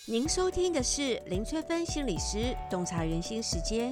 您收听的是林翠芬心理师洞察人心时间，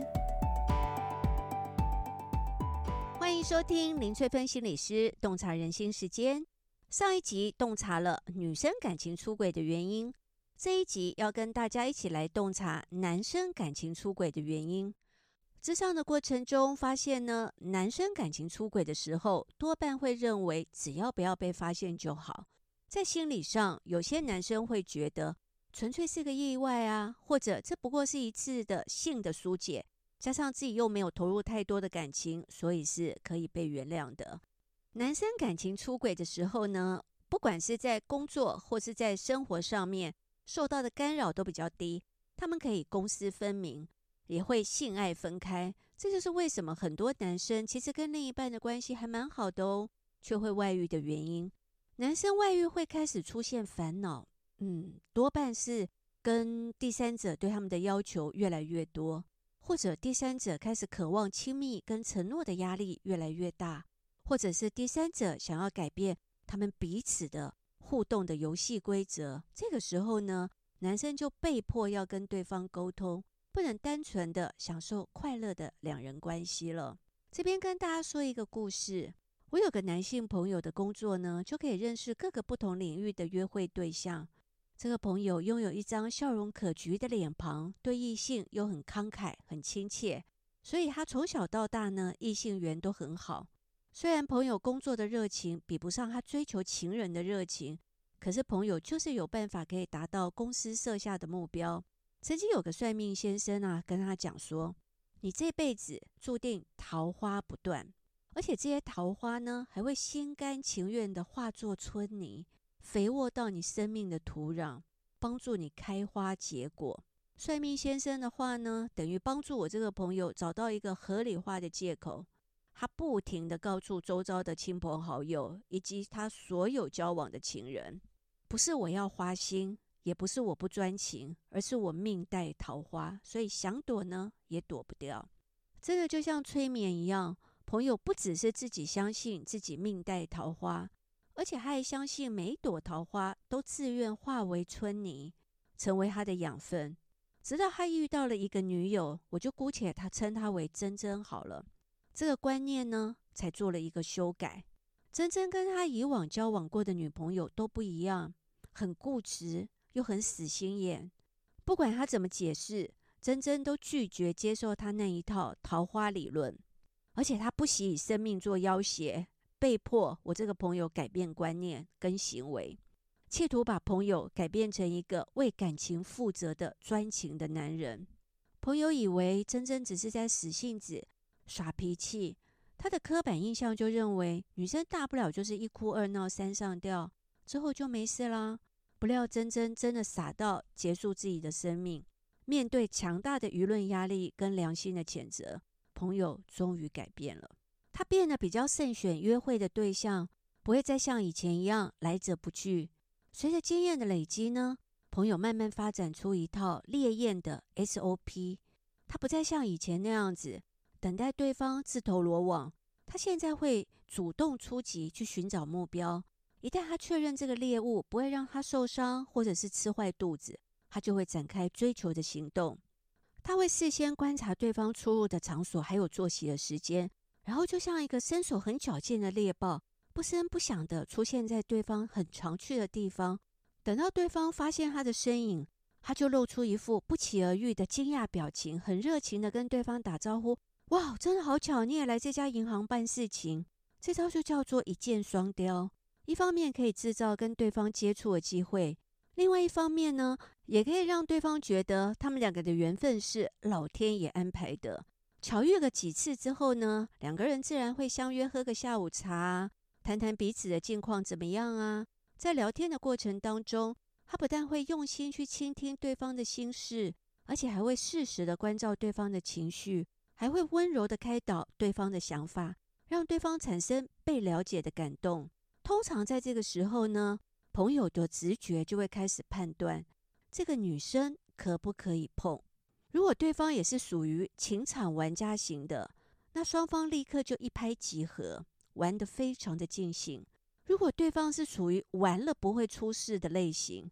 欢迎收听林翠芬心理师洞察人心时间。上一集洞察了女生感情出轨的原因，这一集要跟大家一起来洞察男生感情出轨的原因。咨商的过程中发现呢，男生感情出轨的时候，多半会认为只要不要被发现就好。在心理上，有些男生会觉得纯粹是个意外啊，或者这不过是一次的性的疏解，加上自己又没有投入太多的感情，所以是可以被原谅的。男生感情出轨的时候呢，不管是在工作或是在生活上面受到的干扰都比较低，他们可以公私分明，也会性爱分开。这就是为什么很多男生其实跟另一半的关系还蛮好的哦，却会外遇的原因。男生外遇会开始出现烦恼，多半是跟第三者对他们的要求越来越多，或者第三者开始渴望亲密跟承诺的压力越来越大，或者是第三者想要改变他们彼此的互动的游戏规则。这个时候呢，男生就被迫要跟对方沟通，不能单纯的享受快乐的两人关系了。这边跟大家说一个故事，我有个男性朋友的工作呢，就可以认识各个不同领域的约会对象。这个朋友拥有一张笑容可掬的脸庞，对异性又很慷慨很亲切，所以他从小到大呢，异性缘都很好。虽然朋友工作的热情比不上他追求情人的热情，可是朋友就是有办法可以达到公司设下的目标。曾经有个算命先生啊，跟他讲说，你这辈子注定桃花不断，而且这些桃花呢，还会心甘情愿地化作春泥，肥沃到你生命的土壤，帮助你开花结果。算命先生的话呢，等于帮助我这个朋友找到一个合理化的借口。他不停地告诉周遭的亲朋好友，以及他所有交往的情人，不是我要花心，也不是我不专情，而是我命带桃花，所以想躲呢，也躲不掉。真的就像催眠一样，朋友不只是自己相信自己命带桃花，而且他还相信每一朵桃花都自愿化为春泥，成为他的养分。直到他遇到了一个女友，我就姑且称她为珍珍好了。这个观念呢，才做了一个修改。珍珍跟他以往交往过的女朋友都不一样，很固执，又很死心眼。不管他怎么解释，珍珍都拒绝接受他那一套桃花理论。而且他不惜以生命做要挟，被迫我这个朋友改变观念跟行为，企图把朋友改变成一个为感情负责的专情的男人。朋友以为珍珍只是在死性子耍脾气，他的刻板印象就认为女生大不了就是一哭二闹三上吊，之后就没事啦。不料珍珍真的傻到结束自己的生命。面对强大的舆论压力跟良心的谴责，朋友终于改变了。他变得比较慎选约会的对象，不会再像以前一样来者不拒。随着经验的累积呢，朋友慢慢发展出一套烈焰的 SOP。 他不再像以前那样子等待对方自投罗网，他现在会主动出击去寻找目标。一旦他确认这个猎物不会让他受伤或者是吃坏肚子，他就会展开追求的行动。他会事先观察对方出入的场所还有作息的时间，然后就像一个身手很矫健的猎豹，不声不响地出现在对方很常去的地方。等到对方发现他的身影，他就露出一副不期而遇的惊讶表情，很热情地跟对方打招呼，哇，真的好巧，你也来这家银行办事情。这招就叫做一箭双雕，一方面可以制造跟对方接触的机会，另外一方面呢，也可以让对方觉得他们两个的缘分是老天爷安排的。巧遇个几次之后呢，两个人自然会相约喝个下午茶，谈谈彼此的近况怎么样啊。在聊天的过程当中，他不但会用心去倾听对方的心事，而且还会适时的关照对方的情绪，还会温柔的开导对方的想法，让对方产生被了解的感动。通常在这个时候呢，朋友的直觉就会开始判断这个女生可不可以碰。如果对方也是属于情场玩家型的，那双方立刻就一拍即合，玩得非常的尽兴。如果对方是属于玩了不会出事的类型，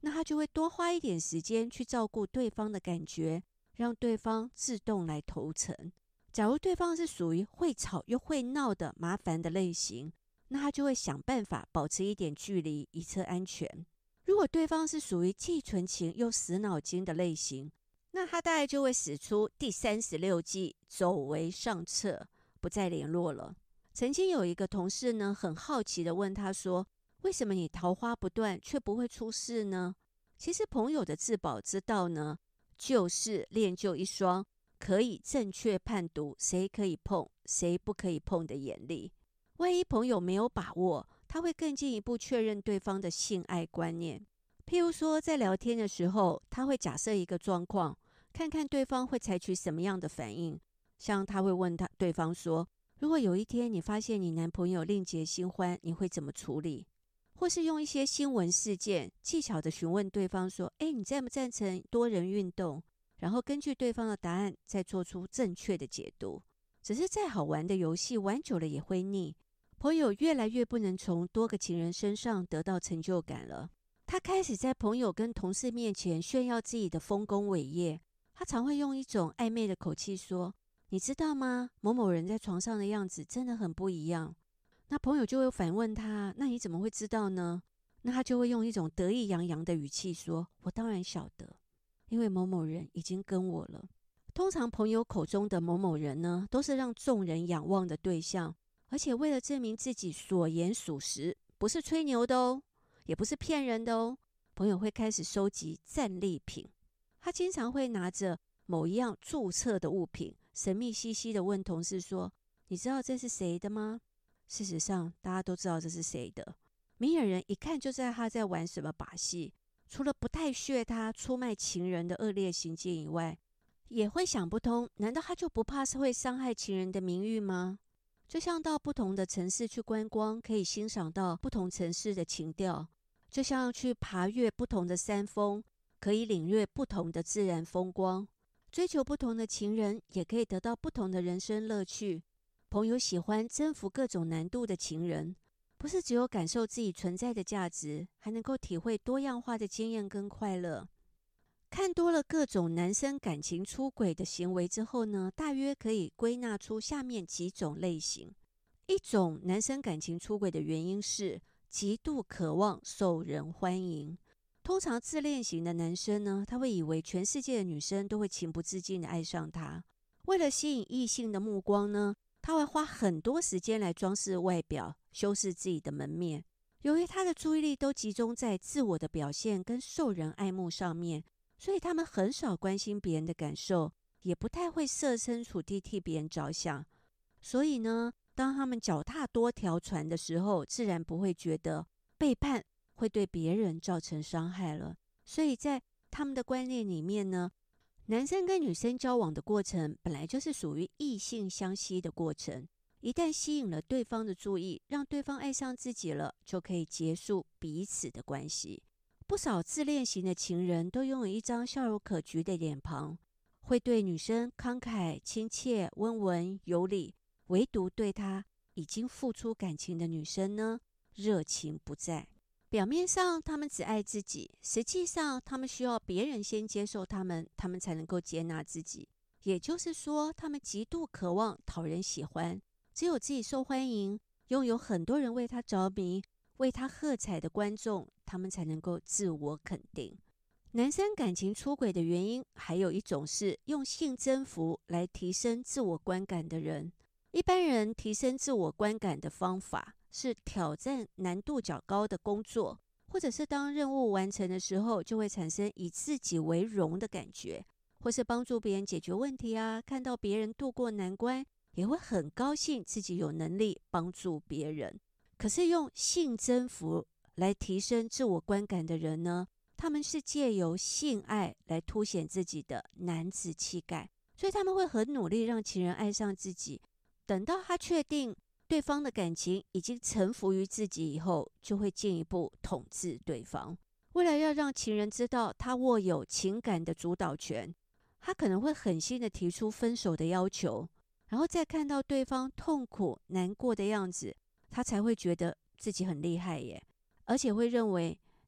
那他就会多花一点时间去照顾对方的感觉，让对方自动来投诚。假如对方是属于会吵又会闹的麻烦的类型，那他就会想办法保持一点距离，以测安全。如果对方是属于既纯情又死脑筋的类型，那他大概就会使出第36计，走为上策，不再联络了。曾经有一个同事呢，很好奇的问他说，为什么你桃花不断却不会出事呢？其实朋友的自保之道呢，就是练就一双可以正确判读谁可以碰谁不可以碰的眼力。万一朋友没有把握，他会更进一步确认对方的性爱观念。譬如说在聊天的时候，他会假设一个状况，看看对方会采取什么样的反应。像他会问对方说，如果有一天你发现你男朋友另结新欢，你会怎么处理？或是用一些新闻事件技巧的询问对方说，你赞不赞成多人运动？然后根据对方的答案再做出正确的解读。只是再好玩的游戏玩久了也会腻，朋友越来越不能从多个情人身上得到成就感了。他开始在朋友跟同事面前炫耀自己的丰功伟业，他常会用一种暧昧的口气说，你知道吗？某某人在床上的样子真的很不一样。那朋友就会反问他，那你怎么会知道呢？那他就会用一种得意洋洋的语气说，我当然晓得，因为某某人已经跟我了。通常朋友口中的某某人呢，都是让众人仰望的对象，而且为了证明自己所言属实，不是吹牛的哦，也不是骗人的哦。朋友会开始收集战利品，他经常会拿着某一样注册的物品，神秘兮兮的问同事说，你知道这是谁的吗？事实上大家都知道这是谁的，明眼人一看就知道他在玩什么把戏。除了不太屑他出卖情人的恶劣行径以外，也会想不通，难道他就不怕是会伤害情人的名誉吗？就像到不同的城市去观光，可以欣赏到不同城市的情调，就像去爬越不同的山峰，可以领略不同的自然风光。追求不同的情人，也可以得到不同的人生乐趣。朋友喜欢征服各种难度的情人，不是只有感受自己存在的价值，还能够体会多样化的经验跟快乐。看多了各种男生感情出轨的行为之后呢，大约可以归纳出下面几种类型。一种男生感情出轨的原因是极度渴望受人欢迎。通常自恋型的男生呢，他会以为全世界的女生都会情不自禁的爱上他。为了吸引异性的目光呢，他会花很多时间来装饰外表，修饰自己的门面。由于他的注意力都集中在自我的表现跟受人爱慕上面，所以他们很少关心别人的感受，也不太会设身处地替别人着想。所以呢，当他们脚踏多条船的时候，自然不会觉得背叛会对别人造成伤害了。所以在他们的观念里面呢，男生跟女生交往的过程本来就是属于异性相吸的过程，一旦吸引了对方的注意，让对方爱上自己了，就可以结束彼此的关系。不少自恋型的情人都拥有一张笑容可掬的脸庞，会对女生慷慨亲切温文有礼，唯独对他已经付出感情的女生呢，热情不在。表面上他们只爱自己，实际上他们需要别人先接受他们，他们才能够接纳自己。也就是说，他们极度渴望讨人喜欢，只有自己受欢迎，拥有很多人为他着迷，为他喝彩的观众，他们才能够自我肯定。男生感情出轨的原因还有一种是用性征服来提升自我观感的人。一般人提升自我观感的方法是挑战难度较高的工作，或者是当任务完成的时候，就会产生以自己为荣的感觉，或是帮助别人解决问题啊，看到别人度过难关，也会很高兴自己有能力帮助别人。可是用性征服来提升自我观感的人呢，他们是借由性爱来凸显自己的男子气概，所以他们会很努力让情人爱上自己。等到他确定对方的感情已经臣服于自己以后，就会进一步统治对方。为了要让情人知道他握有情感的主导权，他可能会狠心的提出分手的要求，然后再看到对方痛苦难过的样子，他才会觉得自己很厉害耶，而且会认为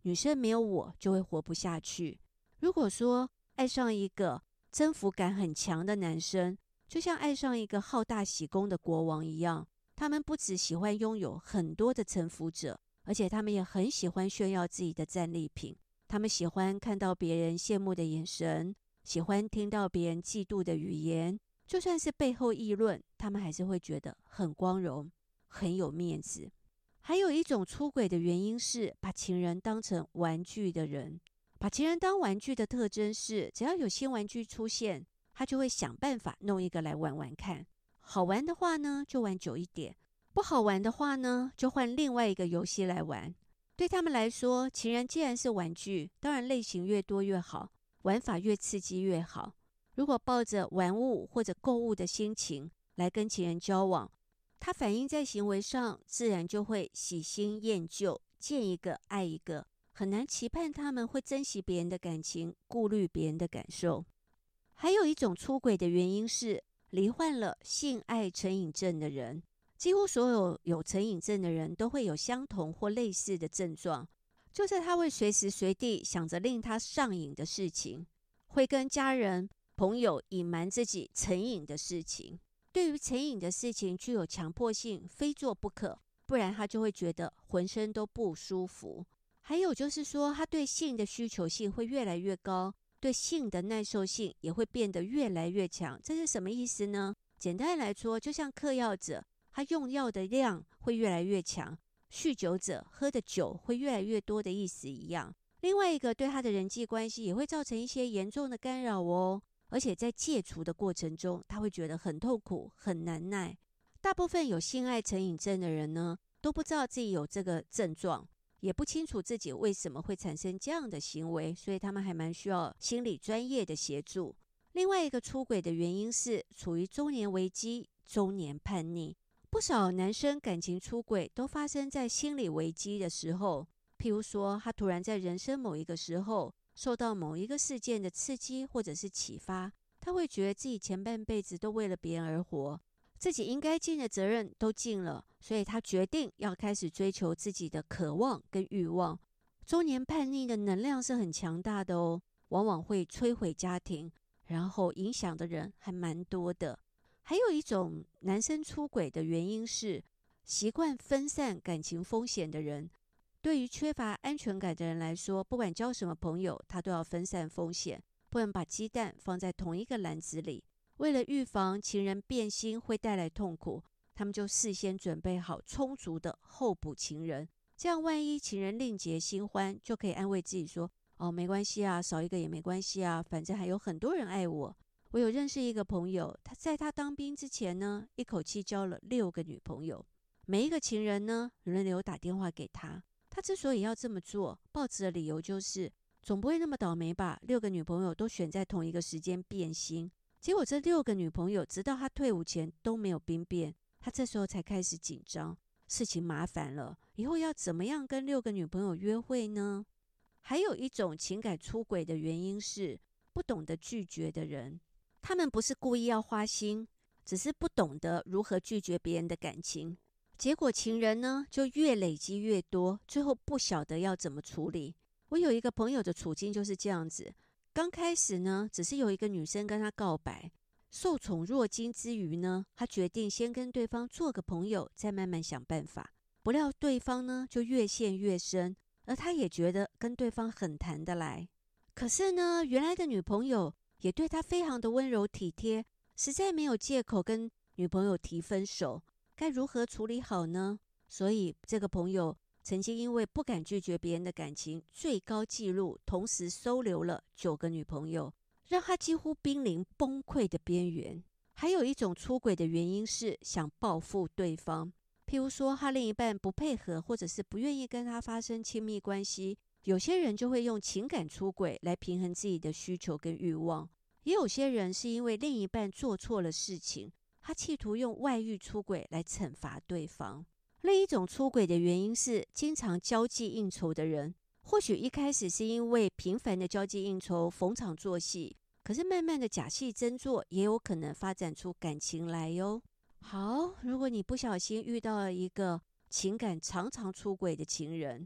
女生没有我就会活不下去。如果说爱上一个征服感很强的男生，就像爱上一个好大喜功的国王一样，他们不只喜欢拥有很多的臣服者，而且他们也很喜欢炫耀自己的战利品。他们喜欢看到别人羡慕的眼神，喜欢听到别人嫉妒的语言，就算是背后议论，他们还是会觉得很光荣，很有面子。还有一种出轨的原因是把情人当成玩具的人。把情人当玩具的特征是，只要有新玩具出现，他就会想办法弄一个来玩玩看。好玩的话呢，就玩久一点；不好玩的话呢，就换另外一个游戏来玩。对他们来说，情人既然是玩具，当然类型越多越好，玩法越刺激越好。如果抱着玩物或者购物的心情来跟情人交往，他反映在行为上，自然就会喜新厌旧，见一个爱一个，很难期盼他们会珍惜别人的感情，顾虑别人的感受。还有一种出轨的原因是罹患了性爱成瘾症的人。几乎所有有成瘾症的人都会有相同或类似的症状，就是他会随时随地想着令他上瘾的事情，会跟家人、朋友隐瞒自己成瘾的事情。对于成瘾的事情具有强迫性，非做不可，不然他就会觉得浑身都不舒服。还有就是说，他对性的需求性会越来越高，对性的耐受性也会变得越来越强。这是什么意思呢？简单来说，就像嗑药者，他用药的量会越来越强，酗酒者喝的酒会越来越多的意思一样。另外一个，对他的人际关系也会造成一些严重的干扰哦。而且在戒除的过程中，他会觉得很痛苦、很难耐。大部分有性爱成瘾症的人呢，都不知道自己有这个症状，也不清楚自己为什么会产生这样的行为，所以他们还蛮需要心理专业的协助。另外一个出轨的原因是处于中年危机、中年叛逆。不少男生感情出轨都发生在心理危机的时候，譬如说他突然在人生某一个时候受到某一个事件的刺激或者是启发，他会觉得自己前半辈子都为了别人而活，自己应该尽的责任都尽了，所以他决定要开始追求自己的渴望跟欲望。中年叛逆的能量是很强大的哦，往往会摧毁家庭，然后影响的人还蛮多的。还有一种男生出轨的原因是习惯分散感情风险的人。对于缺乏安全感的人来说，不管交什么朋友，他都要分散风险，不能把鸡蛋放在同一个篮子里。为了预防情人变心会带来痛苦，他们就事先准备好充足的候补情人，这样万一情人另结新欢，就可以安慰自己说，哦，没关系啊，少一个也没关系啊，反正还有很多人爱我。我有认识一个朋友，他在他当兵之前呢，一口气交了6个女朋友，每一个情人呢，轮流打电话给他。他之所以要这么做，抱持的理由就是，总不会那么倒霉吧？6个女朋友都选在同一个时间变心，结果这6个女朋友直到他退伍前都没有兵变，他这时候才开始紧张，事情麻烦了，以后要怎么样跟6个女朋友约会呢？还有一种情感出轨的原因是不懂得拒绝的人。他们不是故意要花心，只是不懂得如何拒绝别人的感情，结果情人呢就越累积越多，最后不晓得要怎么处理。我有一个朋友的处境就是这样子，刚开始呢只是有一个女生跟他告白，受宠若惊之余呢，他决定先跟对方做个朋友，再慢慢想办法。不料对方呢就越陷越深，而他也觉得跟对方很谈得来。可是呢，原来的女朋友也对他非常的温柔体贴，实在没有借口跟女朋友提分手，该如何处理好呢？所以这个朋友曾经因为不敢拒绝别人的感情，最高纪录同时收留了9个女朋友，让他几乎濒临崩溃的边缘。还有一种出轨的原因是想报复对方，譬如说他另一半不配合，或者是不愿意跟他发生亲密关系，有些人就会用情感出轨来平衡自己的需求跟欲望，也有些人是因为另一半做错了事情，他企图用外遇出轨来惩罚对方。另一种出轨的原因是经常交际应酬的人，或许一开始是因为频繁的交际应酬逢场作戏，可是慢慢的假戏真做，也有可能发展出感情来哟。好，如果你不小心遇到了一个情感常常出轨的情人，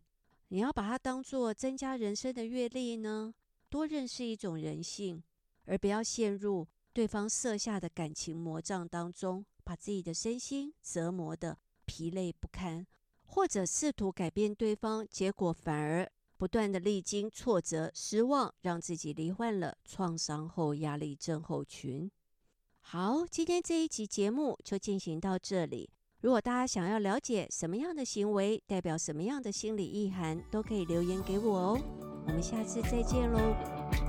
你要把它当作增加人生的阅历呢，多认识一种人性，而不要陷入对方设下的感情魔障当中，把自己的身心折磨得疲累不堪，或者试图改变对方，结果反而不断的历经挫折、失望，让自己罹患了创伤后压力症候群。好，今天这一集节目就进行到这里。如果大家想要了解什么样的行为代表什么样的心理意涵，都可以留言给我哦。我们下次再见喽。